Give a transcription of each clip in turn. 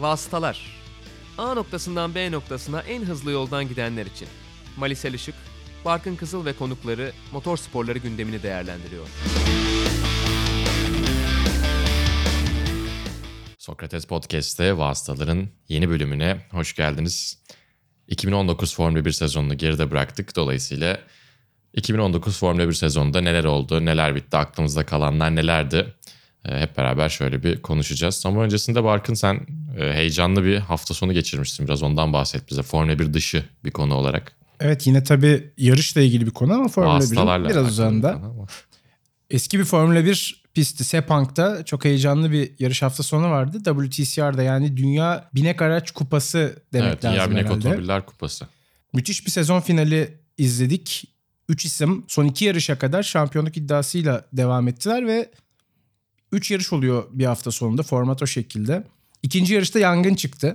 Vasıtalar. A noktasından B noktasına en hızlı yoldan gidenler için. Malisel Işık, Barkın Kızıl ve konukları motor sporları gündemini değerlendiriyor. Sokrates Podcast'te Vasıtaların yeni bölümüne hoş geldiniz. 2019 Formula 1 sezonunu geride bıraktık. Dolayısıyla 2019 Formula 1 sezonunda neler oldu, neler bitti, aklımızda kalanlar nelerdi? Hep beraber şöyle bir konuşacağız. Ama öncesinde Barkın, sen heyecanlı bir hafta sonu geçirmişsin. Biraz ondan bahset bize. Formula 1 dışı bir konu olarak. Evet, yine tabii yarışla ilgili bir konu ama Formula 1'in biraz uzağında. Eski bir Formula 1 pisti Sepang'da çok heyecanlı bir yarış hafta sonu vardı. WTCR'da, yani Dünya Binek Araç Kupası demek evet, lazım herhalde. Dünya Binek Otomobiller Kupası. Müthiş bir sezon finali izledik. 3 isim son 2 yarışa kadar şampiyonluk iddiasıyla devam ettiler ve 3 yarış oluyor bir hafta sonunda. Format o şekilde. İkinci yarışta yangın çıktı.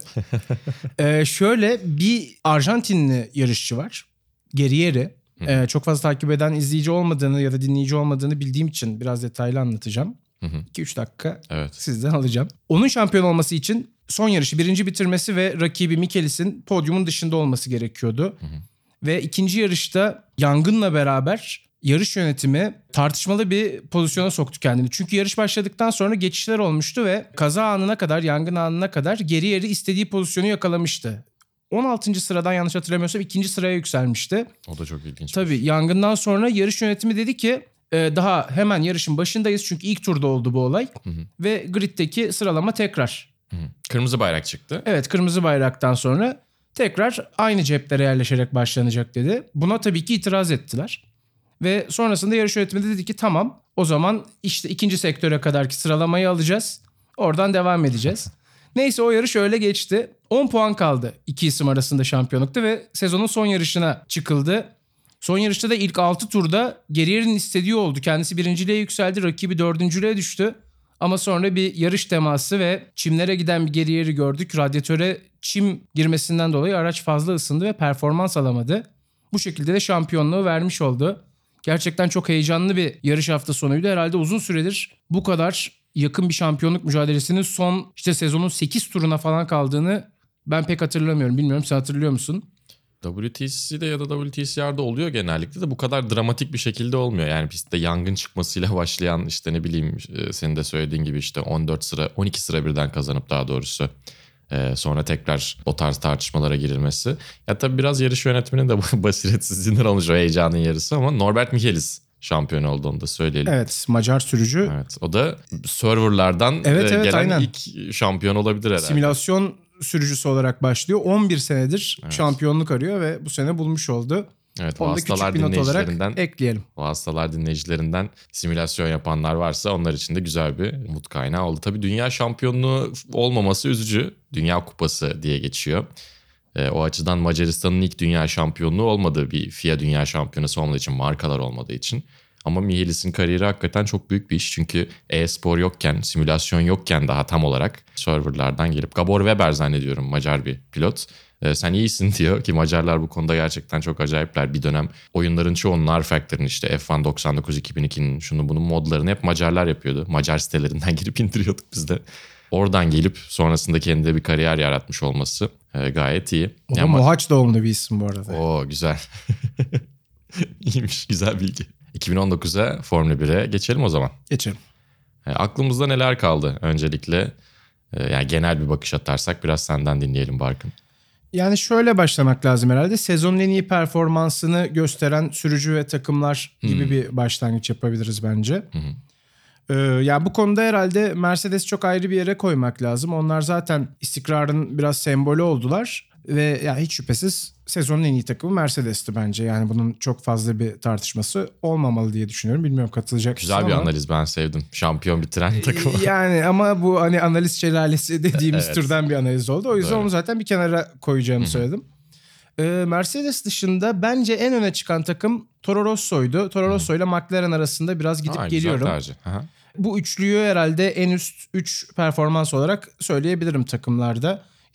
Şöyle bir Arjantinli yarışçı var. Guerrieri. Çok fazla takip eden izleyici olmadığını ya da dinleyici olmadığını bildiğim için biraz detaylı anlatacağım. 2-3 dakika sizden alacağım. Onun şampiyon olması için son yarışı birinci bitirmesi ve rakibi Michelis'in podyumun dışında olması gerekiyordu. Ve ikinci yarışta yangınla beraber yarış yönetimi tartışmalı bir pozisyona soktu kendini. Çünkü yarış başladıktan sonra geçişler olmuştu ve kaza anına kadar, yangın anına kadar Guerrieri istediği pozisyonu yakalamıştı. 16. sıradan, yanlış hatırlamıyorsam, 2. sıraya yükselmişti. O da çok ilginç. Tabii yangından sonra yarış yönetimi dedi ki daha hemen yarışın başındayız. Çünkü ilk turda oldu bu olay. Ve griddeki sıralama tekrar. Kırmızı bayrak çıktı. Evet, kırmızı bayraktan sonra tekrar aynı ceplere yerleşerek başlanacak dedi. Buna tabii ki itiraz ettiler. Ve sonrasında yarış yönetimi de dedi ki tamam, o zaman işte ikinci sektöre kadarki sıralamayı alacağız. Oradan devam edeceğiz. Neyse, o yarış öyle geçti. 10 puan kaldı iki isim arasında şampiyonlukta ve sezonun son yarışına çıkıldı. Son yarışta da ilk 6 turda Guerrieri'nin istediği oldu. Kendisi birinciliğe yükseldi, rakibi dördüncülüğe düştü. Ama sonra bir yarış teması ve çimlere giden bir Guerrieri gördük. Radyatöre çim girmesinden dolayı araç fazla ısındı ve performans alamadı. Bu şekilde de şampiyonluğu vermiş oldu. Gerçekten çok heyecanlı bir yarış hafta sonuydu. Herhalde uzun süredir bu kadar yakın bir şampiyonluk mücadelesinin son sezonun 8 turuna falan kaldığını ben pek hatırlamıyorum. Bilmiyorum, sen hatırlıyor musun? WTC'de ya da WTCR'da oluyor genellikle de bu kadar dramatik bir şekilde olmuyor. Yani pistte yangın çıkmasıyla başlayan, ne bileyim, senin de söylediğin gibi 12 sıra birden kazanıp daha doğrusu sonra tekrar o tarz tartışmalara girilmesi. Ya tabii biraz yarış yönetiminin de basiretsizliğinden olmuş o heyecanın yarısı ama Norbert Michelis şampiyon oldu, onu da söyleyelim. Evet, Macar sürücü. Evet, o da serverlardan gelen aynen. ilk şampiyon olabilir herhalde. Simülasyon sürücüsü olarak başlıyor. 11 senedir şampiyonluk arıyor ve bu sene bulmuş oldu. Evet, onu da küçük bir not olarak ekleyelim. Vasıtalar dinleyicilerinden simülasyon yapanlar varsa onlar için de güzel bir umut kaynağı oldu. Tabii dünya şampiyonluğu olmaması üzücü. Dünya Kupası diye geçiyor. O açıdan Macaristan'ın ilk dünya şampiyonluğu olmadığı bir FIA dünya şampiyonası olmadığı için, markalar olmadığı için. Ama Michelis'in kariyeri hakikaten çok büyük bir iş. Çünkü e-spor yokken, simülasyon yokken daha tam olarak serverlardan gelip, Gabor Weber zannediyorum, Macar bir pilot. Sen iyisin diyor ki Macarlar bu konuda gerçekten çok acayipler. Bir dönem oyunların çoğunun R-Factor'ın, F1 99 2002'nin şunu bunun modlarını hep Macarlar yapıyordu. Macar sitelerinden girip indiriyorduk biz de. Oradan gelip sonrasında kendine bir kariyer yaratmış olması gayet iyi. O da Mohaç doğumlu bir isim bu arada. Oo, güzel. İyiymiş, güzel bilgi. 2019'a Formula 1'e geçelim o zaman. Geçelim. Aklımızda neler kaldı öncelikle? Yani genel bir bakış atarsak biraz senden dinleyelim Barkın. Yani şöyle başlamak lazım herhalde. Sezonun en iyi performansını gösteren sürücü ve takımlar gibi bir başlangıç yapabiliriz bence. Yani bu konuda herhalde Mercedes çok ayrı bir yere koymak lazım. Onlar zaten istikrarın biraz sembolü oldular. Ve yani hiç şüphesiz sezonun en iyi takımı Mercedes'ti bence. Yani bunun çok fazla bir tartışması olmamalı diye düşünüyorum. Bilmiyorum, katılacak mısın? Güzel bir analiz, ben sevdim. Şampiyon bitiren takımı. Yani ama bu analiz şelalesi dediğimiz türden bir analiz oldu. O yüzden onu zaten bir kenara koyacağımı söyledim. Mercedes dışında bence en öne çıkan takım Toro Rosso'ydu. Toro Rosso ile McLaren arasında biraz gidip geliyorum. Bu üçlüyü herhalde en üst 3 performans olarak söyleyebilirim takımlarda.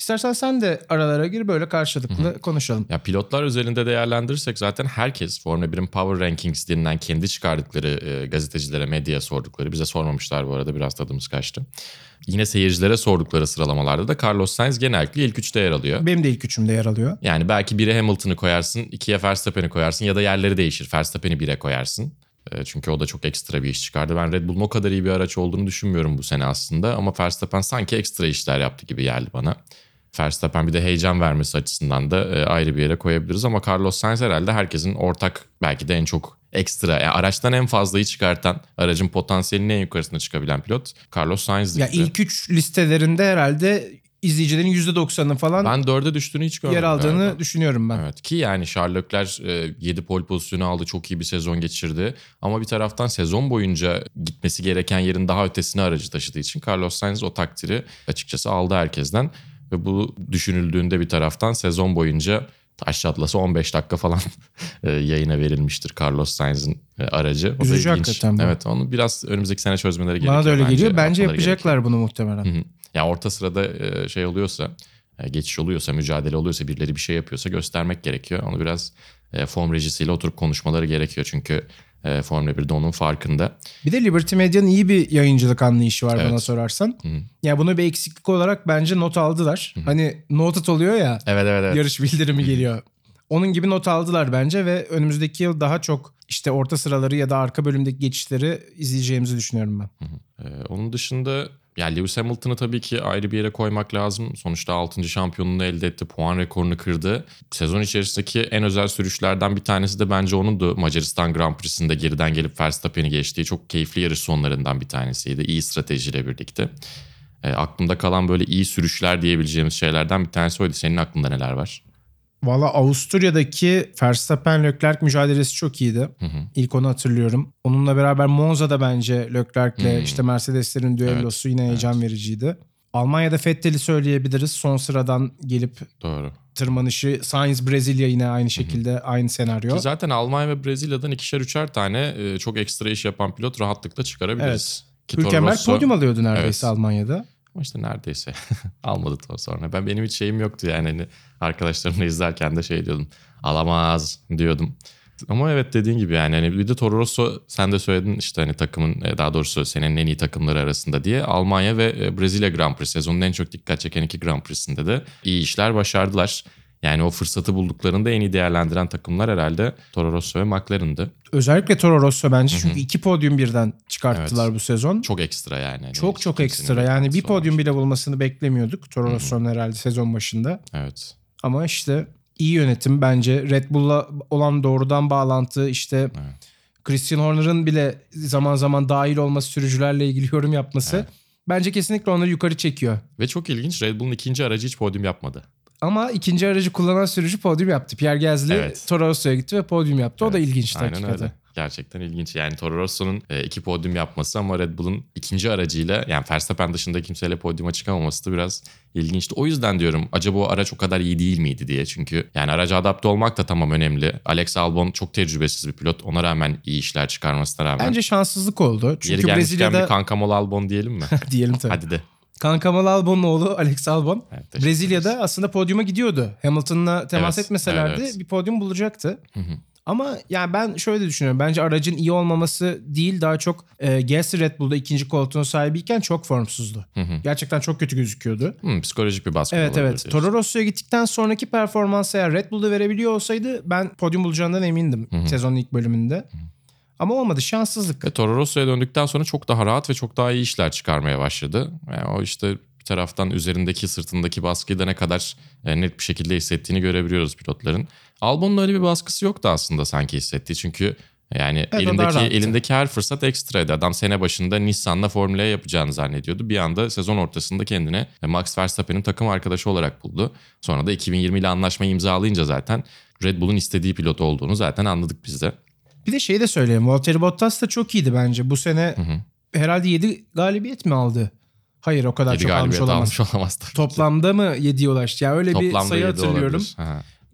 İstersen sen de aralara gir, böyle karşılıklı konuşalım. Ya pilotlar özelinde değerlendirirsek zaten herkes Formula 1'in Power Rankings denilen kendi çıkardıkları gazetecilere, medyaya sordukları, bize sormamışlar bu arada, biraz tadımız kaçtı. Yine seyircilere sordukları sıralamalarda da Carlos Sainz genellikle ilk 3'te yer alıyor. Benim de ilk üçümde yer alıyor. Yani belki 1'e Hamilton'ı koyarsın, 2'ye Verstappen'i koyarsın ya da yerleri değişir. Verstappen'i 1'e koyarsın. Çünkü o da çok ekstra bir iş çıkardı. Ben Red Bull'un o kadar iyi bir araç olduğunu düşünmüyorum bu sene aslında. Ama Verstappen sanki ekstra işler yaptı gibi geldi bana. Verstappen bir de heyecan vermesi açısından da ayrı bir yere koyabiliriz. Ama Carlos Sainz herhalde herkesin ortak, belki de en çok ekstra, yani araçtan en fazlayı çıkartan, aracın potansiyelinin en yukarısına çıkabilen pilot Carlos Sainz'di. Ya ilk 3 listelerinde herhalde izleyicilerin %90'ı falan ben 4'e düştüğünü hiç görmedim yer aldığını galiba. düşünüyorum ben. Evet, ki yani Charles Leclerc 7 pole pozisyonu aldı, çok iyi bir sezon geçirdi. Ama bir taraftan sezon boyunca gitmesi gereken yerin daha ötesine aracı taşıdığı için Carlos Sainz o takdiri açıkçası aldı herkesten. Ve bu düşünüldüğünde bir taraftan sezon boyunca taş çatlasa 15 dakika falan yayına verilmiştir Carlos Sainz'in aracı. O Üzücü da ilginç. hakikaten bu. Evet, onu biraz önümüzdeki sene çözmeleri gerekiyor. Bana da öyle geliyor. Bence Yapmaları yapacaklar gerekiyor. bunu muhtemelen. Hı hı. Ya orta sırada şey oluyorsa, geçiş oluyorsa, mücadele oluyorsa, birileri bir şey yapıyorsa göstermek gerekiyor. Onu biraz form rejisiyle oturup konuşmaları gerekiyor. Çünkü Formula 1'de onun farkında. Bir de Liberty Media'nın iyi bir yayıncılık anlayışı var Evet. bana sorarsan. Hı. Ya bunu bir eksiklik olarak bence not aldılar. Hani noted oluyor ya, Evet. yarış bildirimi geliyor. Onun gibi not aldılar bence ve önümüzdeki yıl daha çok işte orta sıraları ya da arka bölümdeki geçişleri izleyeceğimizi düşünüyorum ben. Onun dışında yani Lewis Hamilton'ı tabii ki ayrı bir yere koymak lazım. Sonuçta 6. şampiyonluğunu elde etti. Puan rekorunu kırdı. Sezon içerisindeki en özel sürüşlerden bir tanesi de bence onundu. Macaristan Grand Prix'sinde geriden gelip Verstappen'i geçtiği çok keyifli yarış sonlarından bir tanesiydi. İyi stratejiyle birlikte. Aklımda kalan böyle iyi sürüşler diyebileceğimiz şeylerden bir tanesi oydu. Senin aklında neler var? Valla Avusturya'daki Verstappen-Leclerc mücadelesi çok iyiydi. İlk onu hatırlıyorum. Onunla beraber Monza'da bence Leclerc'le işte Mercedes'lerin düellosu yine heyecan vericiydi. Almanya'da Vettel'i söyleyebiliriz. Son sıradan gelip Doğru. tırmanışı. Sainz Brezilya yine aynı şekilde aynı senaryo. Ki zaten Almanya ve Brezilya'dan ikişer üçer tane çok ekstra iş yapan pilot rahatlıkla çıkarabiliriz. Ki Toro Hülkenberg Rosso- podyum alıyordu neredeyse Evet. Almanya'da. Ama işte neredeyse almadı sonra. Benim hiç şeyim yoktu yani. Hani arkadaşlarımla izlerken de şey diyordum. Alamaz diyordum. Ama evet, dediğin gibi yani hani bir de Toro Rosso, sen de söyledin işte hani takımın, daha doğrusu senenin en iyi takımları arasında diye. Almanya ve Brezilya Grand Prix sezonun en çok dikkat çeken iki Grand Prix'sinde de iyi işler başardılar. Yani o fırsatı bulduklarında en iyi değerlendiren takımlar herhalde Toro Rosso ve McLaren'dı. Özellikle Toro Rosso bence çünkü 2 podyum birden çıkarttılar Evet. bu sezon. Çok ekstra yani. Hani Çok kimsenin ekstra. Yani bir beklentisi podyum olmamış. bile bulmasını beklemiyorduk Toro Rosso'nun herhalde sezon başında. Evet. Ama işte iyi yönetim bence. Red Bull'la olan doğrudan bağlantı, işte Christian Horner'ın bile zaman zaman dahil olması, sürücülerle ilgili yorum yapması bence kesinlikle onları yukarı çekiyor. Ve çok ilginç, Red Bull'un ikinci aracı hiç podyum yapmadı. Ama ikinci aracı kullanan sürücü podyum yaptı. Pierre Gasly Evet. Toro Rosso'ya gitti ve podyum yaptı. O da ilginçti Aynen hakikaten. öyle. Gerçekten ilginç. Yani Toro Rosso'nun 2 podyum yapması ama Red Bull'un ikinci aracıyla, yani Verstappen dışında kimseyle podyuma çıkamaması da biraz ilginçti. O yüzden diyorum, acaba o araç o kadar iyi değil miydi diye. Çünkü yani araca adapte olmak da tamam önemli. Alex Albon çok tecrübesiz bir pilot. Ona rağmen iyi işler çıkarmasına rağmen. Bence şanssızlık oldu. Yeri Çünkü gelmişken Brezilya'da bir kankamol Albon diyelim mi? diyelim tabii. Hadi de. Kankamal Albon'un oğlu Alex Albon Evet, teşekkür Brezilya'da ederiz. aslında podyuma gidiyordu. Hamilton'la temas Evet, etmeselerdi evet. bir podyum bulacaktı. Ama yani ben şöyle düşünüyorum. Bence aracın iyi olmaması değil, daha çok Gasly Red Bull'da ikinci koltuğun sahibiyken çok formsuzdu. Gerçekten çok kötü gözüküyordu. Psikolojik bir baskı Evet olabilir evet. diyorsun. Toro Rosso'ya gittikten sonraki performansı eğer Red Bull'da verebiliyor olsaydı ben podyum bulacağından emindim sezonun ilk bölümünde. Ama olmadı, şanssızlık. Ve Toro Rosso'ya döndükten sonra çok daha rahat ve çok daha iyi işler çıkarmaya başladı. Yani o işte bir taraftan üzerindeki, sırtındaki baskıyı da ne kadar net bir şekilde hissettiğini görebiliyoruz pilotların. Albon'un öyle bir baskısı yoktu aslında sanki hissettiği. Çünkü yani Evet, o daha rahattı. elindeki her fırsat ekstraydı. Adam sene başında Nissan'la Formula E yapacağını zannediyordu. Bir anda sezon ortasında kendine Max Verstappen'in takım arkadaşı olarak buldu. Sonra da 2020 ile anlaşmayı imzalayınca zaten Red Bull'un istediği pilot olduğunu zaten anladık biz de. Bir de şeyi de söyleyeyim. Valtteri Bottas da çok iyiydi bence. Bu sene herhalde 7 galibiyet mi aldı? Hayır, o kadar 7 çok almış galibiyet olamaz. almış olamaz tabii ki. Toplamda mı 7'ye ulaştı? Yani öyle bir Toplamda sayı 7 hatırlıyorum. olabilir. Aha.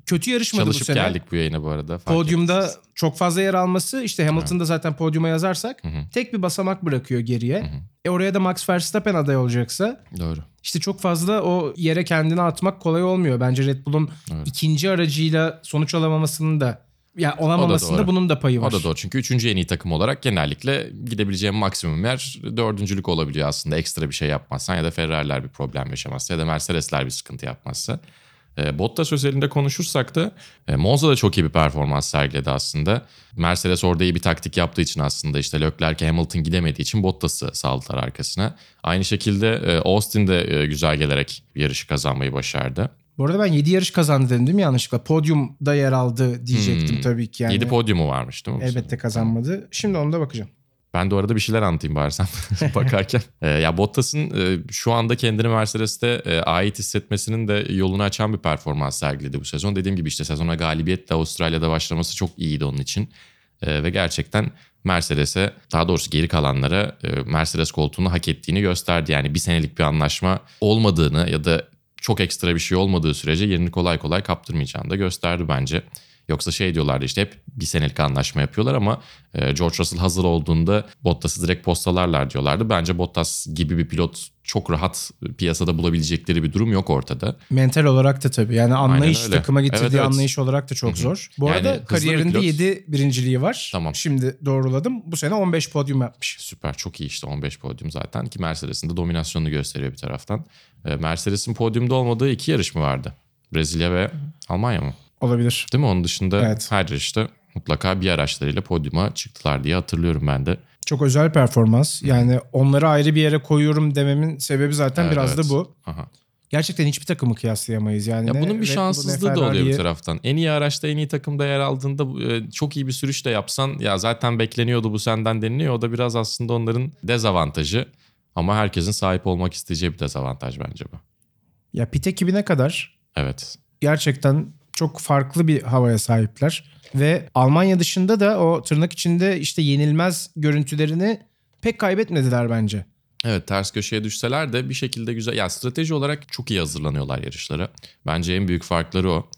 kötü yarışmadı bu Çalışıp sene. geldik bu yayına bu arada. Fark Podyumda ettiniz. çok fazla yer alması, işte Hamilton'da zaten podyuma yazarsak Hı hı. tek bir basamak bırakıyor geriye. Hı hı. Oraya da Max Verstappen aday olacaksa Doğru. işte çok fazla o yere kendini atmak kolay olmuyor. Bence Red Bull'un Evet. ikinci aracıyla sonuç alamamasının da, ya O da olamamasında doğru. bunun da payı var. O da doğru. Çünkü 3. en iyi takım olarak genellikle gidebileceğim maksimum yer 4. olabiliyor aslında. Ekstra bir şey yapmazsan ya da Ferrari'ler bir problem yaşamazsa ya da Mercedes'ler bir sıkıntı yapmazsa. Bottas özelinde konuşursak da Monza'da çok iyi bir performans sergiledi aslında. Mercedes orada iyi bir taktik yaptığı için aslında işte Leclerc, Hamilton gidemediği için Bottas'ı saldılar arkasına. Aynı şekilde Austin de güzel gelerek yarışı kazanmayı başardı. Bu arada ben 7 yarış kazandı dedim değil mi yanlışlıkla? Podyumda yer aldı diyecektim tabii ki. Yani 7 podyumu varmış değil mi? elbette kazanmadı. Şimdi onu da bakacağım. Ben de orada bir şeyler anlatayım bari sen bakarken. Ya Bottas'ın şu anda kendini Mercedes'te ait hissetmesinin de yolunu açan bir performans sergiledi bu sezon. Dediğim gibi işte sezona galibiyetle Avustralya'da başlaması çok iyiydi onun için. Ve gerçekten Mercedes'e, daha doğrusu geri kalanlara Mercedes koltuğunu hak ettiğini gösterdi. Yani bir senelik bir anlaşma olmadığını ya da çok ekstra bir şey olmadığı sürece yerini kolay kolay kaptırmayacağını da gösterdi bence. Yoksa şey diyorlardı işte hep bir senelik anlaşma yapıyorlar ama George Russell hazır olduğunda Bottas'ı direkt postalarlar diyorlardı. Bence Bottas gibi bir pilot çok rahat piyasada bulabilecekleri bir durum yok ortada. Mental olarak da tabii. Yani anlayış, öyle. takıma getirdiği Evet, evet. anlayış olarak da çok zor. Bu Yani arada hızlı bir kariyerinde pilot. 7 birinciliği var. Tamam. Şimdi doğruladım. Bu sene 15 podyum yapmış. Süper, çok iyi işte 15 podyum zaten ki Mercedes'in de dominasyonunu gösteriyor bir taraftan. Mercedes'in podyumda olmadığı 2 yarış mı vardı? Brezilya ve Almanya mı? Olabilir. Değil mi? Onun dışında Evet. her yarışta mutlaka bir araçlarıyla podyuma çıktılar diye hatırlıyorum ben de. Çok özel performans. Yani onları ayrı bir yere koyuyorum dememin sebebi zaten Evet, biraz evet. da bu. Aha. Gerçekten hiçbir takımı kıyaslayamayız. Yani Ya ne bunun bir Red Bull'u, ne şanssızlığı da oluyor bir Ferrari'yi. taraftan. En iyi araçta en iyi takımda yer aldığında çok iyi bir sürüş de yapsan ya zaten bekleniyordu bu senden deniliyor. O da biraz aslında onların dezavantajı. Ama herkesin sahip olmak isteyeceği bir dezavantaj bence bu. Ya pit ekibine kadar Evet. gerçekten çok farklı bir havaya sahipler. Ve Almanya dışında da o tırnak içinde işte yenilmez görüntülerini pek kaybetmediler bence. Evet, ters köşeye düşseler de bir şekilde güzel. Ya strateji olarak çok iyi hazırlanıyorlar yarışlara. Bence en büyük farkları o.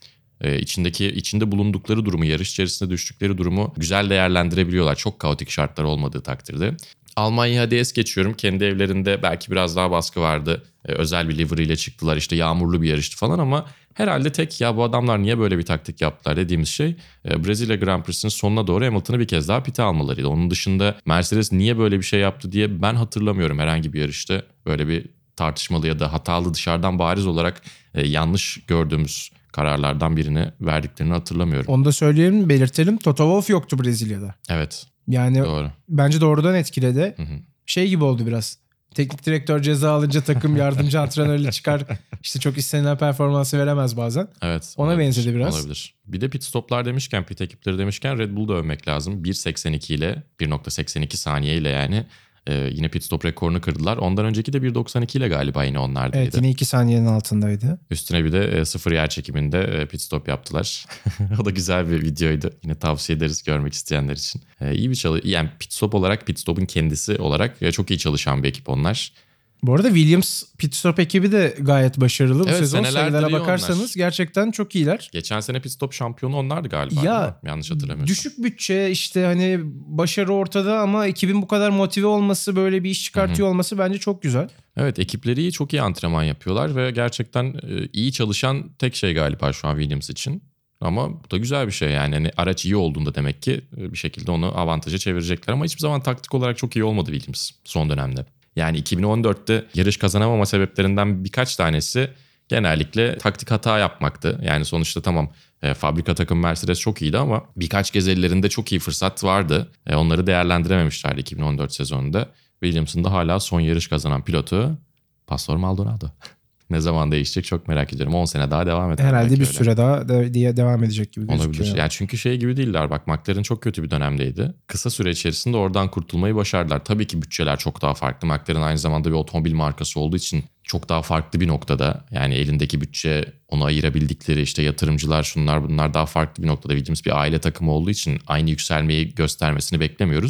İçinde bulundukları durumu, yarış içerisinde düştükleri durumu güzel değerlendirebiliyorlar. Çok kaotik şartlar olmadığı takdirde. Almanya'ya hadi es geçiyorum. Kendi evlerinde belki biraz daha baskı vardı. Özel bir livery ile çıktılar. İşte yağmurlu bir yarıştı falan ama herhalde tek ya bu adamlar niye böyle bir taktik yaptılar dediğimiz şey Brezilya Grand Prix'sinin sonuna doğru Hamilton'ı bir kez daha pite almalarıydı. Onun dışında Mercedes niye böyle bir şey yaptı diye ben hatırlamıyorum herhangi bir yarışta böyle bir tartışmalı ya da hatalı dışarıdan bariz olarak yanlış gördüğümüz kararlardan birini verdiklerini hatırlamıyorum. Onu da söyleyelim, belirtelim. Toto Wolff yoktu Brezilya'da. Evet, Yani doğru. bence doğrudan etkiledi. Hı hı. Şey gibi oldu biraz. Teknik direktör ceza alınca takım yardımcı antrenörle çıkar. İşte çok istenilen performansı veremez bazen. Evet. Ona olabilir, benzedi biraz. Olabilir. Bir de pit stoplar demişken, pit ekipleri demişken Red Bull'u da övmek lazım. 1.82 ile 1.82 saniye ile yani yine pit stop rekorunu kırdılar. Ondan önceki de 1.92 ile galiba yine onlardaydı. Evet, yine 2 saniyenin altındaydı. Üstüne bir de sıfır yer çekiminde pit stop yaptılar. O da güzel bir videoydu. Yine tavsiye ederiz görmek isteyenler için. İyi bir yani pit stop olarak, pit stop'un kendisi olarak çok iyi çalışan bir ekip onlar. Bu arada Williams pit stop ekibi de gayet başarılı. Bu Evet, sezon senelerdir sayılara iyi bakarsanız onlar. gerçekten çok iyiler. Geçen sene pit stop şampiyonu onlardı galiba. Ya, değil mi? Yanlış hatırlamıyorsam. Düşük bütçe işte hani başarı ortada ama ekibin bu kadar motive olması, böyle bir iş çıkartıyor olması bence çok güzel. Evet, ekipleri iyi, çok iyi antrenman yapıyorlar ve gerçekten iyi çalışan tek şey galiba şu an Williams için. Ama bu da güzel bir şey yani. Hani araç iyi olduğunda demek ki bir şekilde onu avantaja çevirecekler. Ama hiçbir zaman taktik olarak çok iyi olmadı Williams son dönemde. Yani 2014'te yarış kazanamama sebeplerinden birkaç tanesi genellikle taktik hata yapmaktı. Yani sonuçta tamam fabrika takım Mercedes çok iyiydi ama birkaç kez ellerinde çok iyi fırsat vardı. Onları değerlendirememişlerdi 2014 sezonunda. Williams'ın da hala son yarış kazanan pilotu Pastor Maldonado. Ne zaman değişecek çok merak ediyorum. 10 sene daha devam eder. Herhalde bir öyle. süre daha diye devam edecek gibi gözüküyor. Olabilir. Yani çünkü şey gibi değiller. Bak McLaren çok kötü bir dönemdeydi. Kısa süre içerisinde oradan kurtulmayı başardılar. Tabii ki bütçeler çok daha farklı. McLaren aynı zamanda bir otomobil markası olduğu için çok daha farklı bir noktada. Yani elindeki bütçe, onu ayırabildikleri işte yatırımcılar, şunlar bunlar daha farklı bir noktada. Williams bir aile takımı olduğu için aynı yükselmeyi göstermesini beklemiyoruz.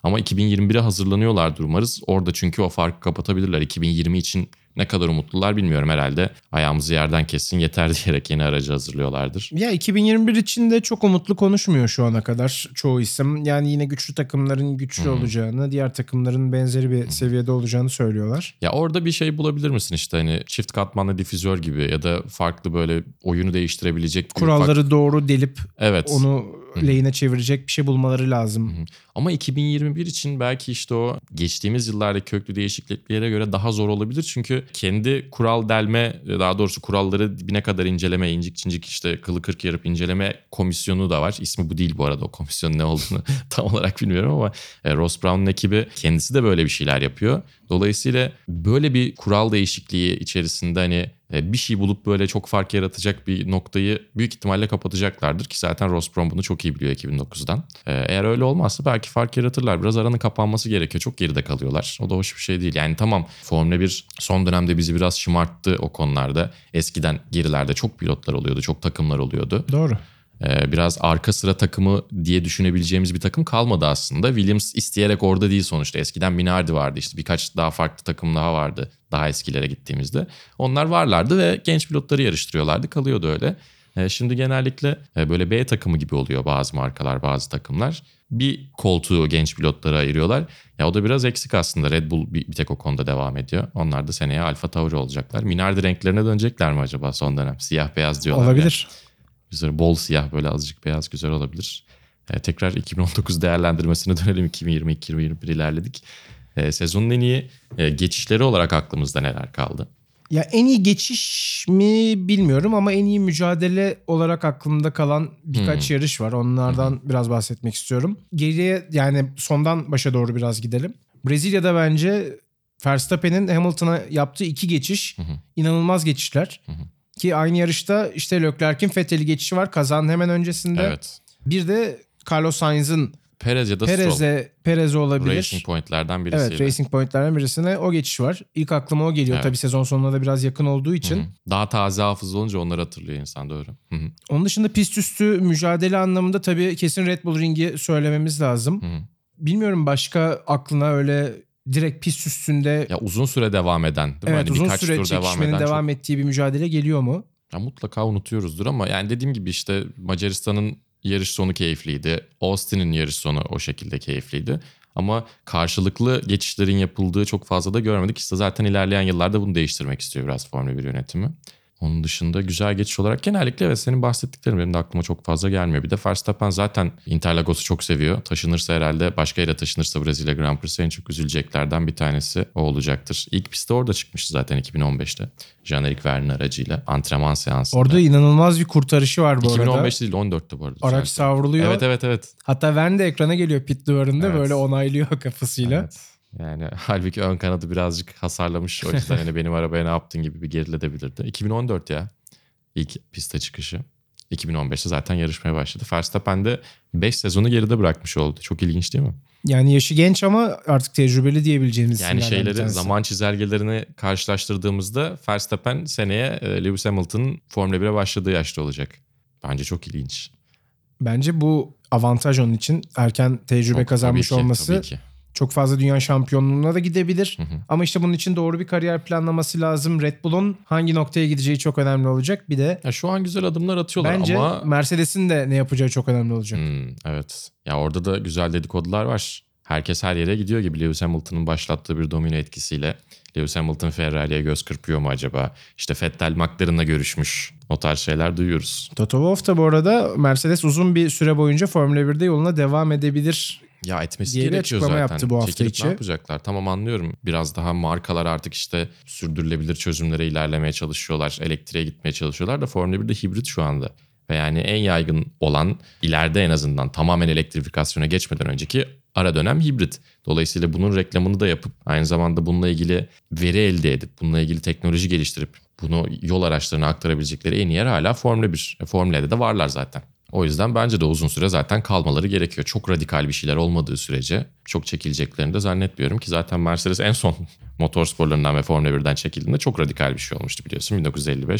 Ama 2021'e hazırlanıyorlardır umarız. Orada çünkü o farkı kapatabilirler. 2020 için ne kadar umutlular bilmiyorum, herhalde. Ayağımızı yerden kessin yeter diyerek yeni aracı hazırlıyorlardır. Ya 2021 için de çok umutlu konuşmuyor şu ana kadar çoğu isim. Yani yine güçlü takımların güçlü olacağını, diğer takımların benzeri bir seviyede olacağını söylüyorlar. Ya orada bir şey bulabilir misin işte, hani çift katmanlı difüzör gibi ya da farklı böyle oyunu değiştirebilecek bir Kuralları doğru delip evet. onu lehine çevirecek bir şey bulmaları lazım. Ama 2021 için belki işte o geçtiğimiz yıllardaki köklü değişikliklere göre daha zor olabilir. Çünkü kendi kural delme, daha doğrusu kuralları dibine kadar inceleme, incik cincik işte kılı kırk yarıp inceleme komisyonu da var. İsmi bu değil bu arada, o komisyonun ne olduğunu tam olarak bilmiyorum ama Ross Brown'un ekibi kendisi de böyle bir şeyler yapıyor. Dolayısıyla böyle bir kural değişikliği içerisinde hani bir şey bulup böyle çok fark yaratacak bir noktayı büyük ihtimalle kapatacaklardır ki zaten Ross Brown bunu çok iyi biliyor 2009'dan. Eğer öyle olmazsa belki fark yaratırlar. Biraz aranın kapanması gerekiyor. Çok geride kalıyorlar. O da hoş bir şey değil. Yani tamam, Formula 1 son dönemde bizi biraz şımarttı o konularda. Eskiden gerilerde çok pilotlar oluyordu, çok takımlar oluyordu. Doğru. Biraz arka sıra takımı diye düşünebileceğimiz bir takım kalmadı aslında. Williams isteyerek orada değil sonuçta. Eskiden Minardi vardı, işte birkaç daha farklı takım daha vardı daha eskilere gittiğimizde. Onlar varlardı ve genç pilotları yarıştırıyorlardı, kalıyordu öyle. Şimdi genellikle böyle B takımı gibi oluyor bazı markalar, bazı takımlar. Bir koltuğu genç pilotlara ayırıyorlar. Ya o da biraz eksik aslında. Red Bull bir tek o konuda devam ediyor. Onlar da seneye Alfa Tauri olacaklar. Minardi renklerine dönecekler mi acaba son dönem? Siyah beyaz diyorlar. Olabilir. Ya. Güzel, bol siyah böyle azıcık beyaz güzel olabilir. Tekrar 2019 değerlendirmesine dönelim. 2020-2021 ilerledik. Sezonun en iyi geçişleri olarak aklımızda neler kaldı? Ya en iyi geçiş mi bilmiyorum ama en iyi mücadele olarak aklımda kalan birkaç yarış var. Onlardan biraz bahsetmek istiyorum. Geriye yani sondan başa doğru biraz gidelim. Brezilya'da bence Verstappen'in Hamilton'a yaptığı 2 geçiş inanılmaz geçişler. Ki aynı yarışta işte Leclerc'in Vettel'i geçişi var kazanın hemen öncesinde. Evet. Bir de Carlos Sainz'ın Perez ya da Stroll. Perez'e olabilir. Racing Point'lerden birisiyle. Evet, Racing Point'lerden birisine o geçiş var. İlk aklıma o geliyor. Evet. Tabii sezon sonuna da biraz yakın olduğu için. Hı-hı. Daha taze hafıza olunca onları hatırlıyor insan, doğru. Hı-hı. Onun dışında pist üstü mücadele anlamında tabii kesin Red Bull Ring'i söylememiz lazım. Hı-hı. Bilmiyorum başka aklına öyle direkt pist üstünde Ya uzun süre devam eden, değil mi? evet, Hani uzun birkaç süre tur çekişmenin devam ettiği bir mücadele geliyor mu? Ya mutlaka unutuyoruzdur ama yani dediğim gibi işte Macaristan'ın yarış sonu keyifliydi. Austin'in yarış sonu o şekilde keyifliydi. Ama karşılıklı geçişlerin yapıldığı çok fazla da görmedik. İşte zaten ilerleyen yıllarda bunu değiştirmek istiyor biraz Formula 1 yönetimi. Onun dışında güzel geçiş olarak genellikle evet, senin bahsettiklerin benim de aklıma çok fazla gelmiyor. Bir de Verstappen zaten Interlagos'u çok seviyor. Taşınırsa herhalde, başka yere taşınırsa Brezilya Grand Prix'si en çok üzüleceklerden bir tanesi o olacaktır. İlk pistte orada çıkmıştı zaten 2015'te. Jean-Éric Vergne aracıyla antrenman seansında. Orada inanılmaz bir kurtarışı var bu arada. 2015 değil 14'te bu arada. Araç savruluyor. Evet. Hatta Vergne de ekrana geliyor pit duvarında böyle onaylıyor kafasıyla. Evet. Yani halbuki ön kanadı birazcık hasarlamış. O yüzden hani benim arabaya ne yaptın gibi bir geriledebilirdi. 2014 ya ilk piste çıkışı. 2015'te zaten yarışmaya başladı. Verstappen de 5 sezonu geride bırakmış oldu. Çok ilginç değil mi? Yani yaşı genç ama artık tecrübeli diyebileceğimiz yani isimlerden bir şeyleri, tanesi. zaman çizelgelerini karşılaştırdığımızda Verstappen seneye Lewis Hamilton'ın Formula 1'e başladığı yaşta olacak. Bence çok ilginç. Bence bu avantaj onun için. Erken tecrübe kazanmış tabii ki, olması. tabii ki. Çok fazla dünya şampiyonluğuna da gidebilir. Ama işte bunun için doğru bir kariyer planlaması lazım. Red Bull'un hangi noktaya gideceği çok önemli olacak. Bir de Ya şu an güzel adımlar atıyorlar bence ama Mercedes'in de ne yapacağı çok önemli olacak. Evet. Ya orada da güzel dedikodular var. Herkes her yere gidiyor gibi, Lewis Hamilton'ın başlattığı bir domino etkisiyle. Lewis Hamilton Ferrari'ye göz kırpıyor mu acaba? İşte Vettel McLaren'la görüşmüş. O tarz şeyler duyuyoruz. Toto Wolff da bu arada Mercedes uzun bir süre boyunca Formula 1'de yoluna devam edebilir Ya etmesi diye bir gerekiyor açıklama zaten. yaptı bu hafta Çekilip içi. ne yapacaklar? Tamam, anlıyorum. Biraz daha markalar artık işte sürdürülebilir çözümlere ilerlemeye çalışıyorlar. Elektriğe gitmeye çalışıyorlar da Formula 1'de hibrit şu anda. Ve yani en yaygın olan, ileride en azından tamamen elektrifikasyona geçmeden önceki ara dönem hibrit. Dolayısıyla bunun reklamını da yapıp aynı zamanda bununla ilgili veri elde edip bununla ilgili teknoloji geliştirip bunu yol araçlarına aktarabilecekleri en iyi yer hala Formula 1. Formula 1'de de varlar zaten. O yüzden bence de uzun süre zaten kalmaları gerekiyor. Çok radikal bir şeyler olmadığı sürece çok çekileceklerini de zannetmiyorum ki zaten Mercedes en son motor sporlarından ve Formula 1'den çekildiğinde çok radikal bir şey olmuştu biliyorsun. 1955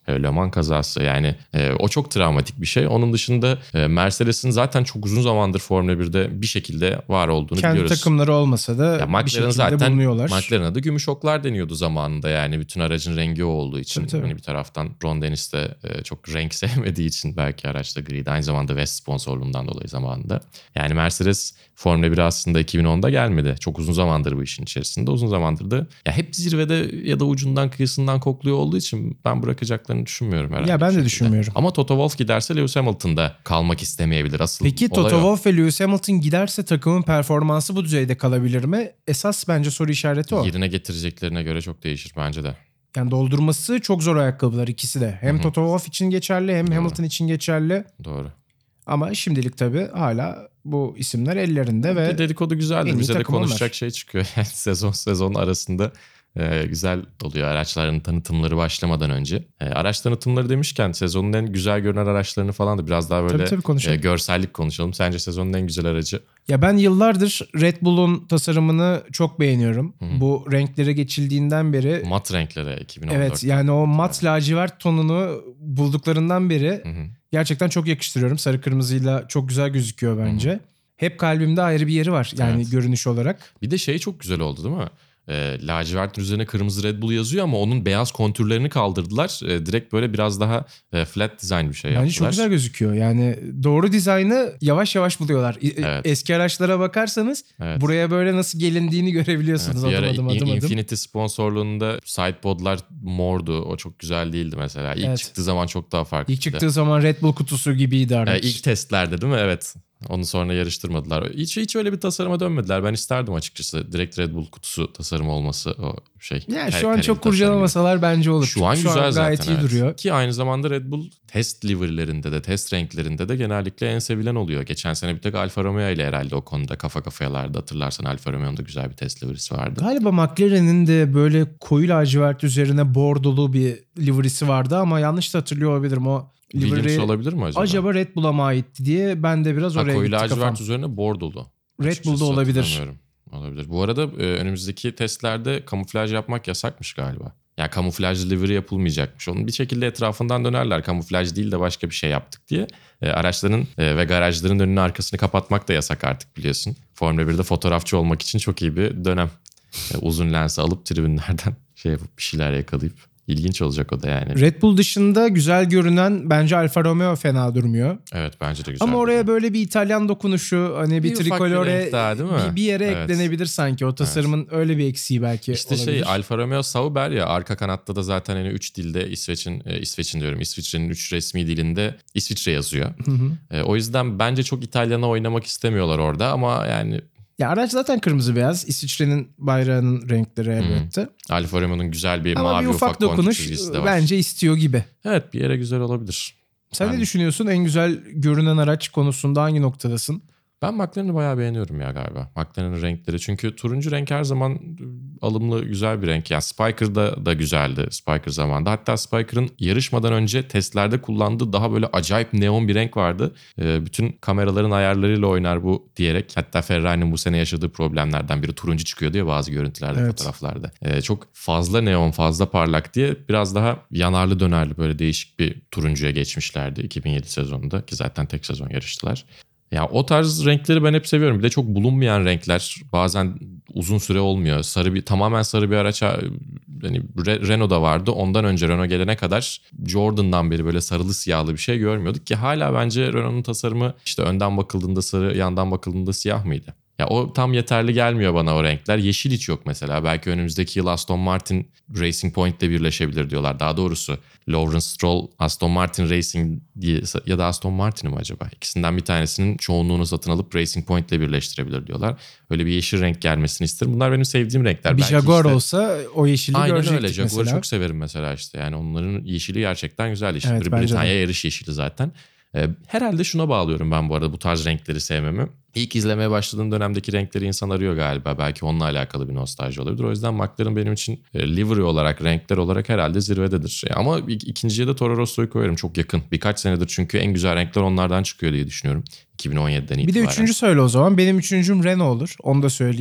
Le Mans kazası. Yani o çok travmatik bir şey. Onun dışında Mercedes'in zaten çok uzun zamandır Formula 1'de bir şekilde var olduğunu Kendi biliyoruz. takımları olmasa da Ya McLaren bir şekilde zaten, bulunuyorlar. McLaren'a da gümüş oklar deniyordu zamanında, yani bütün aracın rengi o olduğu için. Tabii. Hani bir taraftan Ron Dennis de çok renk sevmediği için belki araçta griydi. Aynı zamanda West sponsorluğundan dolayı zamanında. Yani Mercedes Formula 1'e aslında 2010'da gelmedi. Çok uzun zamandır bu işin içerisinde. Uzun zamandır da ya hep zirvede ya da ucundan kıyısından kokluyor olduğu için ben bırakacaklarını düşünmüyorum herhalde. Ya ben de bir şekilde. düşünmüyorum. Ama Toto Wolff giderse Lewis Hamilton'da kalmak istemeyebilir. Asıl Peki olay Toto o. Wolff ve Lewis Hamilton giderse takımın performansı bu düzeyde kalabilir mi? Esas bence soru işareti o. Yerine getireceklerine göre çok değişir bence de. Yani doldurması çok zor ayakkabılar ikisi de. Hem Toto Wolff için geçerli hem Hamilton için geçerli. Doğru. Ama şimdilik tabii hala bu isimler ellerinde ve Dedikodu güzeldi. en iyi Bize de takım konuşacak onlar. şey çıkıyor. Yani sezon arasında güzel oluyor araçların tanıtımları başlamadan önce. Araç tanıtımları demişken sezonun en güzel görünen araçlarını falan da biraz daha böyle Tabii konuşalım. görsellik konuşalım. Sence sezonun en güzel aracı? Ya ben yıllardır Red Bull'un tasarımını çok beğeniyorum. Bu renklere geçildiğinden beri. Mat renklere 2014. Evet, yani o mat lacivert tonunu bulduklarından beri gerçekten çok yakıştırıyorum. Sarı kırmızıyla çok güzel gözüküyor bence. Hep kalbimde ayrı bir yeri var yani görünüş olarak. Bir de şey çok güzel oldu değil mi? Lacivertin üzerine kırmızı Red Bull yazıyor ama onun beyaz kontürlerini kaldırdılar. Direkt böyle biraz daha flat design bir şey yaptılar. Bence çok güzel gözüküyor. Yani doğru dizaynı yavaş yavaş buluyorlar. Evet. Eski araçlara bakarsanız buraya böyle nasıl gelindiğini görebiliyorsunuz bir ara adım adım. Infinity sponsorluğunda sidepodlar mordu. O çok güzel değildi mesela. İlk çıktığı zaman çok daha farklıydı. İlk çıktığı zaman Red Bull kutusu gibiydi araç. İlk testlerde değil mi? Evet. Onu sonra yarıştırmadılar. Hiç öyle bir tasarıma dönmediler. Ben isterdim açıkçası. Direkt Red Bull kutusu tasarımı olması o şey. Yani şu an çok kurcalamasalar bence olur. Şu an güzel gayet zaten. iyi duruyor. Ki aynı zamanda Red Bull test livery'lerinde de test renklerinde de genellikle en sevilen oluyor. Geçen sene bir tek Alfa Romeo ile herhalde o konuda kafa kafayalardı. Hatırlarsan Alfa Romeo'nun da güzel bir test livery'si vardı. Galiba McLaren'in de böyle koyu lacivert üzerine bordolu bir livery'si vardı ama yanlış da hatırlıyor olabilirim. O Williams olabilir mi acaba? Acaba Red Bull'a mı aitti diye ben de biraz oraya koyu gitti lacivert kafam. üzerine bordolu. Red Bull'da olabilir. Olabilir. Bu arada önümüzdeki testlerde kamuflaj yapmak yasakmış galiba. Yani kamuflaj livery yapılmayacakmış. Onun bir şekilde etrafından dönerler. Kamuflaj değil de başka bir şey yaptık diye. Araçların ve garajların önünü arkasını kapatmak da yasak artık biliyorsun. Formula 1'de fotoğrafçı olmak için çok iyi bir dönem. Uzun lensi alıp tribünlerden yapıp bir şeyler yakalayıp. İlginç olacak o da yani. Red Bull dışında güzel görünen bence Alfa Romeo fena durmuyor. Evet bence de güzel. Ama oraya böyle bir İtalyan dokunuşu hani bir trikolore bir yere eklenebilir sanki. O tasarımın öyle bir eksiği belki İşte olabilir. Alfa Romeo Sauber ya, arka kanatta da zaten hani 3 dilde İsviçre'nin 3 resmi dilinde İsviçre yazıyor. O yüzden bence çok İtalyan'a oynamak istemiyorlar orada ama yani. Ya araç zaten kırmızı beyaz. İsviçre'nin bayrağının renkleri elbette. Alfa Romeo'nun güzel bir ama mavi bir ufak dokunuş çizgisi de var. bence istiyor gibi. Evet, bir yere güzel olabilir. Sen ne düşünüyorsun? En güzel görünen araç konusunda hangi noktadasın? Ben McLaren'ı bayağı beğeniyorum ya galiba. McLaren'ın renkleri. Çünkü turuncu renk her zaman alımlı, güzel bir renk. Yani Spiker'da da güzeldi Spiker zamanında. Hatta Spiker'ın yarışmadan önce testlerde kullandığı daha böyle acayip neon bir renk vardı. Bütün kameraların ayarlarıyla oynar bu diyerek. Hatta Ferrari'nin bu sene yaşadığı problemlerden biri turuncu çıkıyordu ya bazı görüntülerde, fotoğraflarda. Çok fazla neon, fazla parlak diye biraz daha yanarlı dönerli böyle değişik bir turuncuya geçmişlerdi 2007 sezonunda. Ki zaten tek sezon yarıştılar. Ya o tarz renkleri ben hep seviyorum. Bir de çok bulunmayan renkler bazen uzun süre olmuyor. Tamamen sarı bir araç hani Renault'da vardı. Ondan önce Renault gelene kadar Jordan'dan beri böyle sarılı siyahlı bir şey görmüyorduk ki hala bence Renault'un tasarımı işte önden bakıldığında sarı, yandan bakıldığında siyah mıydı? Ya o tam yeterli gelmiyor bana o renkler. Yeşil hiç yok mesela. Belki önümüzdeki yıl Aston Martin Racing Point ile birleşebilir diyorlar. Daha doğrusu Lawrence Stroll Aston Martin Racing diye ya da Aston Martin mi acaba? İkisinden bir tanesinin çoğunluğunu satın alıp Racing Point ile birleştirebilir diyorlar. Öyle bir yeşil renk gelmesini isterim. Bunlar benim sevdiğim renkler. Bir belki Jaguar olsa o yeşili görecektik mesela. Aynen öyle. Jaguar'ı mesela. çok severim mesela işte. Yani onların yeşili gerçekten güzel yeşil. Evet, Britanya yarış yeşili zaten. Herhalde şuna bağlıyorum ben bu arada bu tarz renkleri sevmemi. İlk izlemeye başladığım dönemdeki renkleri insan arıyor galiba. Belki onunla alakalı bir nostalji olabilir. O yüzden McLaren benim için livery olarak, renkler olarak herhalde zirvededir. Ama ikinciye de Toro Rosso'yu koyarım. Çok yakın. Birkaç senedir çünkü en güzel renkler onlardan çıkıyor diye düşünüyorum. 2017'den itibaren. Bir de üçüncü söyle o zaman. Benim üçüncüm Renault olur. Onu da söyleyeyim.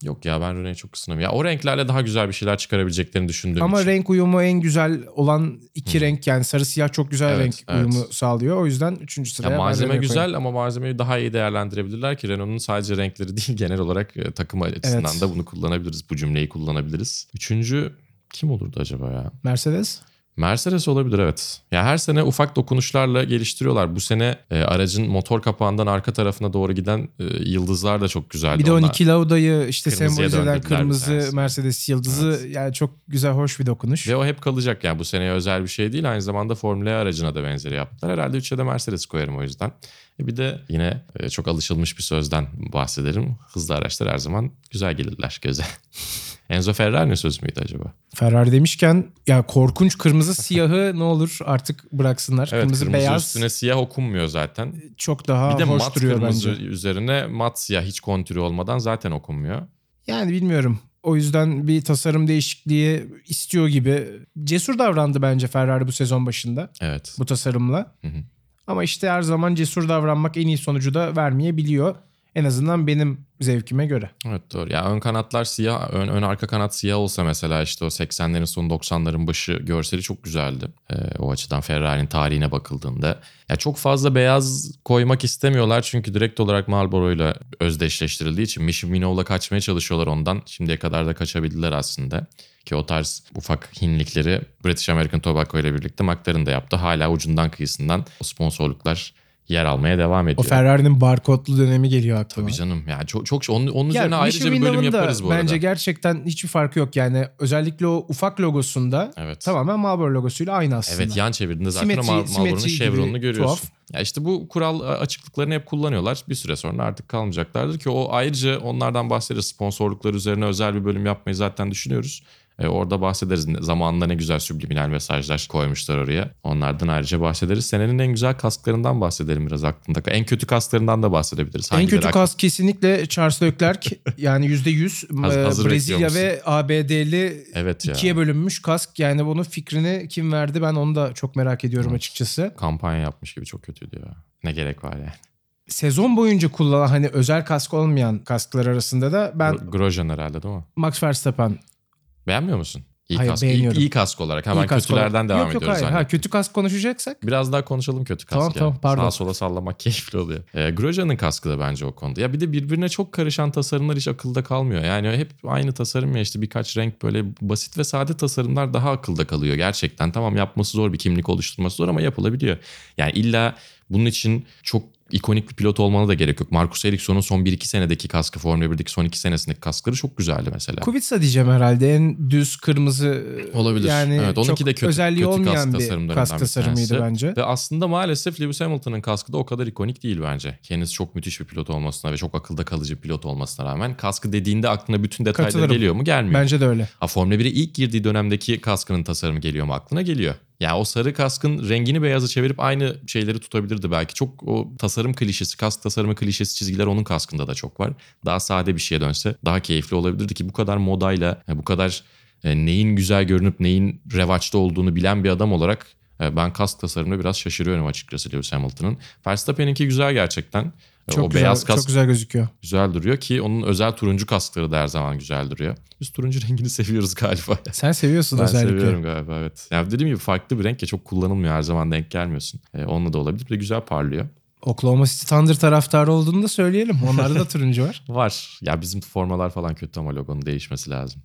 Yok ya, ben Renault'u çok ısınamıyorum. Ya o renklerle daha güzel bir şeyler çıkarabileceklerini düşündüğüm Ama için. renk uyumu en güzel olan iki renk, yani sarı siyah çok güzel Evet, renk uyumu sağlıyor. O yüzden 3. sıraya Ya ben malzeme Renault'u güzel koyarım. ama malzemeyi daha iyi değerlendirebilirler ki Renault'un sadece renkleri değil, genel olarak takım açısından Evet. da bunu kullanabiliriz. Bu cümleyi kullanabiliriz. 3. kim olurdu acaba ya? Mercedes. Mercedes olabilir, evet. Ya her sene ufak dokunuşlarla geliştiriyorlar. Bu sene aracın motor kapağından arka tarafına doğru giden yıldızlar da çok güzeldi. Bir de Onlar 12 Lauda'yı işte kırmızıya sembolize eden döndürdüler bir kırmızı tanesini. Mercedes yıldızı, Evet. yani çok güzel, hoş bir dokunuş. Ve o hep kalacak, yani bu seneye özel bir şey değil. Aynı zamanda Formula E aracına da benzeri yaptılar. Herhalde 3'e de Mercedes koyarım o yüzden. Bir de yine çok alışılmış bir sözden bahsederim. Hızlı araçlar her zaman güzel gelirler göze. Enzo Ferrari'nin sözü müydü acaba? Ferrari demişken ya, korkunç kırmızı siyahı ne olur artık bıraksınlar. Evet, kırmızı beyaz üstüne siyah okunmuyor zaten. çok daha Bir de hoş mat duruyor kırmızı bence. üzerine mat siyah, hiç kontürü olmadan zaten okunmuyor. Yani bilmiyorum. O yüzden bir tasarım değişikliği istiyor gibi. Cesur davrandı bence Ferrari bu sezon başında Evet. bu tasarımla. Hı hı. Ama işte her zaman cesur davranmak en iyi sonucu da vermeyebiliyor. En azından benim zevkime göre. Evet, doğru. Ya ön kanatlar siyah, ön arka kanat siyah olsa mesela, işte o 80'lerin sonu 90'ların başı görseli çok güzeldi. O açıdan Ferrari'nin tarihine bakıldığında. Ya çok fazla beyaz koymak istemiyorlar çünkü direkt olarak Marlboro'yla özdeşleştirildiği için Mission Minow'la kaçmaya çalışıyorlar ondan. Şimdiye kadar da kaçabildiler aslında. Ki o tarz ufak hinlikleri British American Tobacco ile birlikte McLaren da yaptı. Hala ucundan kıyısından o sponsorluklar yer almaya devam O ediyor. Ferrari'nin barkodlu dönemi geliyor aklıma. Tabii canım. Yani çok onun Ya üzerine ayrıca bir bölüm Michelin'in de yaparız bu arada. bence gerçekten hiçbir farkı yok. Yani özellikle o ufak logosunda Evet. tamamen Marlboro logosuyla aynı aslında. Evet, yan çevirdiğinde zaten Simetri- Marlboro'nun simetri gibi chevronunu görüyorsun. tuhaf. Ya işte bu kural açıklıklarını hep kullanıyorlar. Bir süre sonra artık kalmayacaklardır ki o, ayrıca onlardan bahsederiz. Sponsorluklar üzerine özel bir bölüm yapmayı zaten düşünüyoruz. Orada bahsederiz. Zamanında ne güzel subliminal mesajlar koymuşlar oraya. Onlardan ayrıca bahsederiz. Senenin en güzel kasklarından bahsedelim biraz aklında. En kötü kasklarından da bahsedebiliriz. En Hangileri kötü kask kesinlikle Charles Leclerc. Yani %100 Hazır Brezilya bekliyor ve ABD'li Evet ya. ikiye bölünmüş kask. Yani bunun fikrini kim verdi, ben onu da çok merak ediyorum Evet. açıkçası. Kampanya yapmış gibi, çok kötüydü ya. Ne gerek var yani. Sezon boyunca kullanılan hani özel kask olmayan kasklar arasında da ben Grosjean herhalde değil mi? Max Verstappen. Beğenmiyor musun? İyi Hayır, kask. beğeniyorum. İyi kask olarak. Hemen İyi kask kötülerden olarak. devam yok, ediyoruz. hayır. zannettim. Kötü kask konuşacaksak. Biraz daha konuşalım kötü kask. Tamam, ya. tamam, pardon. Sağa sola sallamak keyifli oluyor. Grosjean'ın kaskı da bence o konuda. Ya bir de birbirine çok karışan tasarımlar hiç akılda kalmıyor. Yani hep aynı tasarım ya, işte birkaç renk, böyle basit ve sade tasarımlar daha akılda kalıyor gerçekten. Tamam, yapması zor, bir kimlik oluşturması zor ama yapılabiliyor. Yani illa bunun için çok ikonik bir pilot olmana da gerek yok. Marcus Ericsson'un son 1-2 senedeki kaskı, Formula 1'deki son 2 senesindeki kaskları çok güzeldi mesela. Kubica diyeceğim herhalde, en düz kırmızı. Olabilir. Yani Evet, onunki çok de kötü, özelliği kötü olmayan kask bir tasarımlarından kask bir tasarımıydı tanesi. bence. Ve aslında maalesef Lewis Hamilton'ın kaskı da o kadar ikonik değil bence. Kendisi çok müthiş bir pilot olmasına ve çok akılda kalıcı bir pilot olmasına rağmen kaskı dediğinde aklına bütün detayları Katılırım. geliyor mu? Gelmiyor. Bence de öyle. Formula 1'e ilk girdiği dönemdeki kaskının tasarımı geliyor mu? Aklına geliyor. Yani o sarı kaskın rengini beyaza çevirip aynı şeyleri tutabilirdi belki. Çok o tasarım klişesi, kask tasarımı klişesi çizgiler onun kaskında da çok var. Daha sade bir şeye dönse daha keyifli olabilirdi ki bu kadar modayla, bu kadar neyin güzel görünüp neyin revaçta olduğunu bilen bir adam olarak ben kask tasarımına biraz şaşırıyorum açıkçası Lewis Hamilton'ın. Verstappen'inki güzel gerçekten. Çok o güzel, beyaz kask çok güzel gözüküyor. güzel duruyor ki onun özel turuncu kaskları da her zaman güzel duruyor. Biz turuncu rengini seviyoruz galiba. Sen seviyorsun Ben özellikle. seviyorum galiba, evet. Yani dediğim gibi farklı bir renk ya, çok kullanılmıyor, her zaman denk gelmiyorsun. Onunla da olabilir. Bir de güzel parlıyor. Oklahoma City Thunder taraftarı olduğunu da söyleyelim. Onlarda da turuncu var. Var. Ya bizim formalar falan kötü ama logonun değişmesi lazım.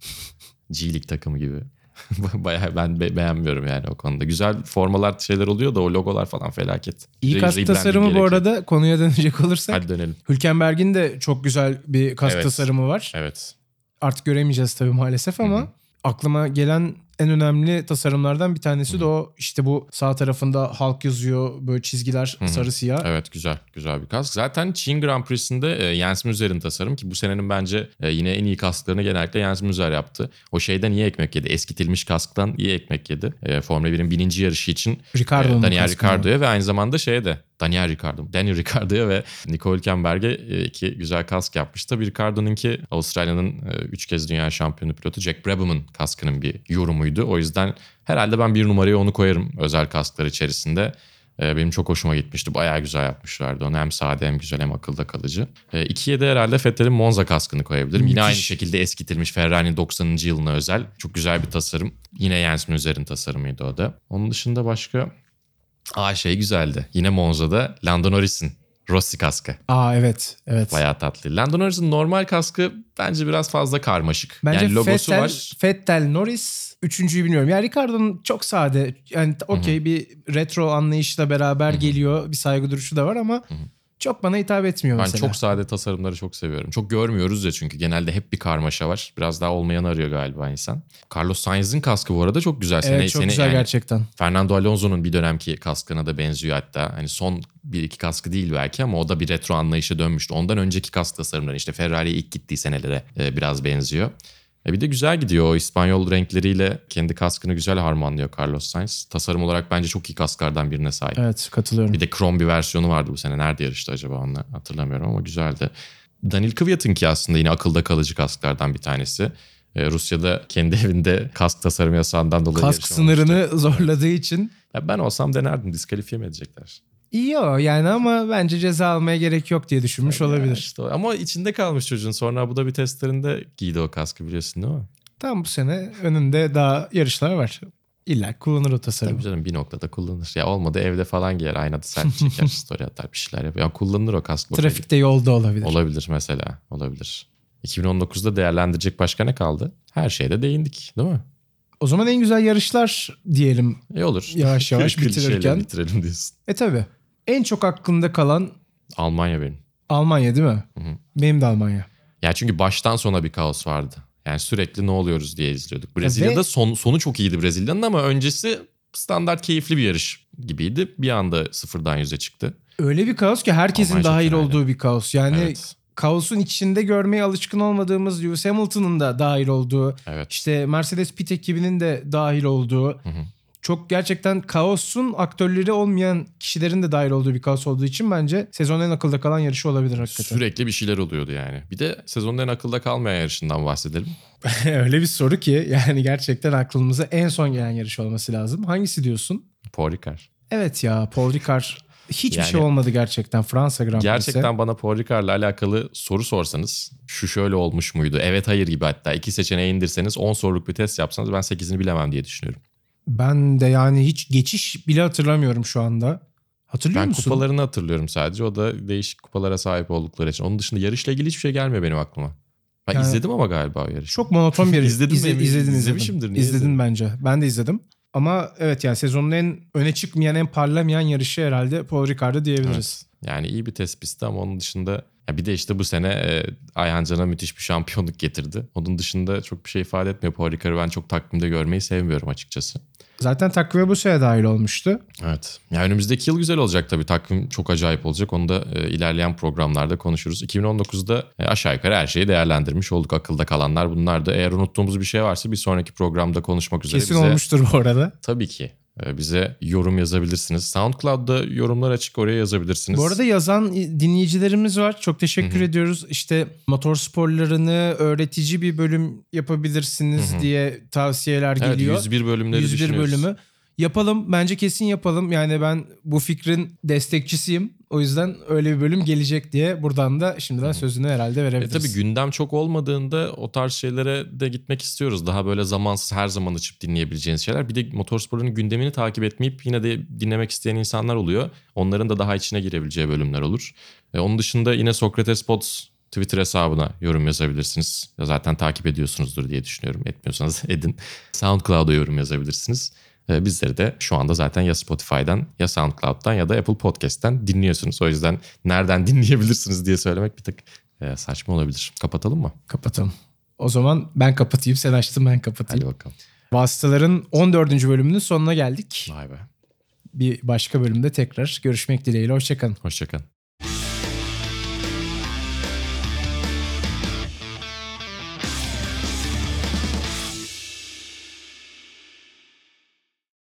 G League takımı gibi. Bayağı ben beğenmiyorum yani o konuda. Güzel formalar şeyler oluyor da o logolar falan felaket. İyi kask Rebranding tasarımı bu gerekiyor. arada, konuya dönecek olursak. Hadi dönelim. Hülkenberg'in de çok güzel bir kask Evet. tasarımı var. Evet. Artık göremeyeceğiz tabii maalesef ama Hı-hı. aklıma gelen en önemli tasarımlardan bir tanesi de o. İşte bu sağ tarafında Hulk yazıyor, böyle çizgiler sarı siyah. Evet, güzel bir kask. Zaten Çin Grand Prix'sinde Jens Müzer'in tasarım, ki bu senenin bence yine en iyi kasklarını genellikle Jens Müzer yaptı. O şeyden iyi ekmek yedi. Eskitilmiş kasktan iyi ekmek yedi. Formula 1'in 1000. yarışı için Ricardo'nun Daniel kaskını. Ricciardo'ya ve aynı zamanda Daniel Ricciardo'ya ve Nico Hülkenberg'e iki güzel kask yapmış. Tabii Ricciardo'nunki Avustralya'nın 3 kez dünya şampiyonu pilotu Jack Brabham'ın kaskının bir yorumuydu. O yüzden herhalde ben bir numaraya onu koyarım özel kasklar içerisinde. Benim çok hoşuma gitmişti. Bayağı güzel yapmışlardı onu. Hem sade hem güzel hem akılda kalıcı. 2'ye de herhalde Vettel'in Monza kaskını koyabilirim. Yine aynı şekilde eskitilmiş Ferrari'nin 90. yılına özel. Çok güzel bir tasarım. Yine Jens Müzer'in tasarımıydı o da. Onun dışında başka... şey güzeldi. Yine Monza'da Lando Norris'in Rossi kaskı. Evet. Bayağı tatlı. Lando Norris'in normal kaskı bence biraz fazla karmaşık. Bence yani logosu var. Vettel, Norris, üçüncüyü bilmiyorum. Yani Ricardo'nun çok sade. Yani okey, bir retro anlayışla beraber geliyor. Bir saygı duruşu da var ama çok bana hitap etmiyor Ben mesela. çok sade tasarımları çok seviyorum. Çok görmüyoruz ya çünkü genelde hep bir karmaşa var. Biraz daha olmayanı arıyor galiba insan. Carlos Sainz'in kaskı bu arada çok güzel. Evet, çok güzel gerçekten. Fernando Alonso'nun bir dönemki kaskına da benziyor hatta. Hani son 1-2 kaskı değil belki ama o da bir retro anlayışa dönmüştü. Ondan önceki kask tasarımları işte Ferrari'ye ilk gittiği senelere biraz benziyor. Bir de güzel gidiyor o İspanyol renkleriyle kendi kaskını güzel harmanlıyor Carlos Sainz. Tasarım olarak bence çok iyi kasklardan birine sahip. Evet, katılıyorum. Bir de krom bir versiyonu vardı bu sene. Nerede yarıştı acaba onu hatırlamıyorum ama güzeldi. Daniil Kvyat'ınki aslında yine akılda kalıcı kasklardan bir tanesi. Rusya'da kendi evinde kask tasarım yasağından dolayı kask sınırını zorladığı için. Ya ben olsam denerdim. Diskalifiye mi edecekler? İyi o yani ama bence ceza almaya gerek yok diye düşünmüş olabilir. İşte ama içinde kalmış çocuğun. Sonra Abu Dhabi testlerinde giydi o kaskı biliyorsun değil mi? Tam bu sene önünde daha yarışlar var. İlla kullanır o tasarım. Tabii canım bir noktada kullanır. Ya olmadı evde falan giyer. Aynada selfie çeker, story atar bir şeyler yapıyor. Yani kullanılır o kask. Trafikte yolda olabilir. Olabilir mesela. Olabilir. 2019'da değerlendirecek başka ne kaldı? Her şeyde değindik değil mi? O zaman en güzel yarışlar diyelim. Olur. Yavaş yavaş bitirirken. Bitirelim diyorsun. Tabii. En çok aklımda kalan Almanya benim. Almanya değil mi? Hı. Benim de Almanya. Yani çünkü baştan sona bir kaos vardı. Yani sürekli ne oluyoruz diye izliyorduk. Brezilya'da sonu çok iyiydi Brezilya'nın ama öncesi standart keyifli bir yarış gibiydi. Bir anda 0'dan 100'e çıktı. Öyle bir kaos ki herkesin Almanya dahil çok olduğu bir kaos. Yani Evet. kaosun içinde görmeye alışkın olmadığımız Lewis Hamilton'ın da dahil olduğu, Evet. işte Mercedes pit ekibinin de dahil olduğu, çok gerçekten kaosun aktörleri olmayan kişilerin de dahil olduğu bir kaos olduğu için bence sezonun en akılda kalan yarışı olabilir hakikaten. Sürekli bir şeyler oluyordu yani. Bir de sezonun en akılda kalmayan yarışından bahsedelim. Öyle bir soru ki yani gerçekten aklımıza en son gelen yarış olması lazım. Hangisi diyorsun? Paul Ricard. Evet ya, Paul Ricard. Hiçbir Yani şey olmadı gerçekten Fransa Grand Prix'si. Gerçekten bana Paul Ricard'la alakalı soru sorsanız şu şöyle olmuş muydu? Evet hayır gibi hatta 2 seçeneği indirseniz 10 soruluk bir test yapsanız ben 8'ini bilemem diye düşünüyorum. Ben de yani hiç geçiş bile hatırlamıyorum şu anda. Hatırlıyor Ben musun? kupalarını hatırlıyorum sadece. O da değişik kupalara sahip oldukları için. Onun dışında yarışla ilgili hiçbir şey gelmiyor benim aklıma. Ben Yani izledim ama galiba o yarışı. Çok monoton bir yarış. İzledin mi? İzlemişimdir. İzledin bence. Ben de izledim. Ama evet yani sezonun en öne çıkmayan, en parlamayan yarışı herhalde Paul Ricard'ı diyebiliriz. Evet. Yani iyi bir tespitti ama onun dışında ya bir de işte bu sene Ayhan Can'a müthiş bir şampiyonluk getirdi. Onun dışında çok bir şey ifade etmiyor. Paul Ricard'ı ben çok takvimde görmeyi sevmiyorum açıkçası. Zaten takvime bu sene dahil olmuştu. Evet. Ya önümüzdeki yıl güzel olacak tabii. Takvim çok acayip olacak. Onu da ilerleyen programlarda konuşuruz. 2019'da aşağı yukarı her şeyi değerlendirmiş olduk. Akılda kalanlar bunlar da. Eğer unuttuğumuz bir şey varsa bir sonraki programda konuşmak üzere. Kesin olmuştur bu arada. Tabii ki. Bize yorum yazabilirsiniz. SoundCloud'da yorumlar açık, oraya yazabilirsiniz. Bu arada yazan dinleyicilerimiz var. Çok teşekkür ediyoruz. İşte motor sporlarını öğretici bir bölüm yapabilirsiniz diye tavsiyeler geliyor. Evet, 101 bölümleri 101 düşünüyoruz. bölümü. Yapalım. Bence kesin yapalım. Yani ben bu fikrin destekçisiyim. O yüzden öyle bir bölüm gelecek diye buradan da şimdiden sözünü herhalde verebiliriz. Tabii gündem çok olmadığında o tarz şeylere de gitmek istiyoruz. Daha böyle zamansız her zaman açıp dinleyebileceğiniz şeyler. Bir de motorsporun gündemini takip etmeyip yine de dinlemek isteyen insanlar oluyor. Onların da daha içine girebileceği bölümler olur. Onun dışında yine Sokrates Pods Twitter hesabına yorum yazabilirsiniz. Zaten takip ediyorsunuzdur diye düşünüyorum. Etmiyorsanız edin. SoundCloud'a yorum yazabilirsiniz. Bizleri de şu anda zaten ya Spotify'dan ya SoundCloud'dan ya da Apple Podcast'ten dinliyorsunuz. O yüzden nereden dinleyebilirsiniz diye söylemek bir tık saçma olabilir. Kapatalım mı? Kapatalım. O zaman ben kapatayım. Sen açtın, ben kapatayım. Hadi bakalım. Vasıtaların 14. bölümünün sonuna geldik. Vay be. Bir başka bölümde tekrar görüşmek dileğiyle. Hoşçakalın. Hoşçakalın.